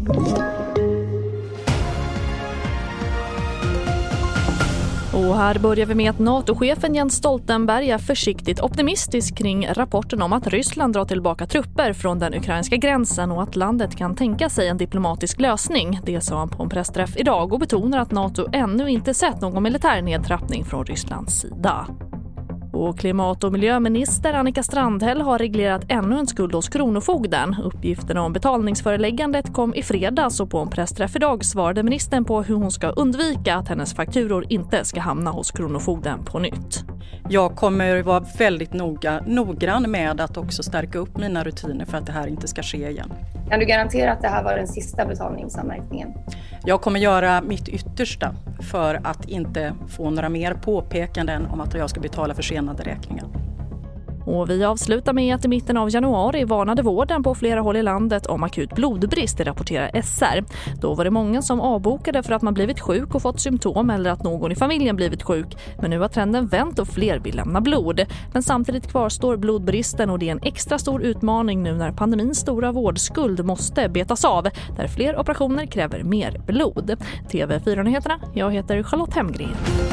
Och här börjar vi med att NATO-chefen Jens Stoltenberg är försiktigt optimistisk kring rapporten om att Ryssland drar tillbaka trupper från den ukrainska gränsen och att landet kan tänka sig en diplomatisk lösning. Det sa han på en pressträff idag och betonar att NATO ännu inte sett någon militär nedtrappning från Rysslands sida. Och klimat- och miljöminister Annika Strandhäll har reglerat ännu en skuld hos Kronofogden. Uppgifterna om betalningsföreläggandet kom i fredags och på en pressträff idag svarade ministern på hur hon ska undvika att hennes fakturor inte ska hamna hos Kronofogden på nytt. Jag kommer vara väldigt noggrann med att också stärka upp mina rutiner för att det här inte ska ske igen. Kan du garantera att det här var den sista betalningsanmärkningen? Jag kommer göra mitt yttersta för att inte få några mer påpekanden om att jag ska betala försenade räkningar. Och vi avslutar med att i mitten av januari varnade vården på flera håll i landet om akut blodbrist, det rapporterar SR. Då var det många som avbokade för att man blivit sjuk och fått symptom eller att någon i familjen blivit sjuk. Men nu har trenden vänt och fler vill lämna blod. Men samtidigt kvarstår blodbristen och det är en extra stor utmaning nu när pandemins stora vårdskuld måste betas av. Där fler operationer kräver mer blod. TV4-nyheterna, jag heter Charlotte Hemgren.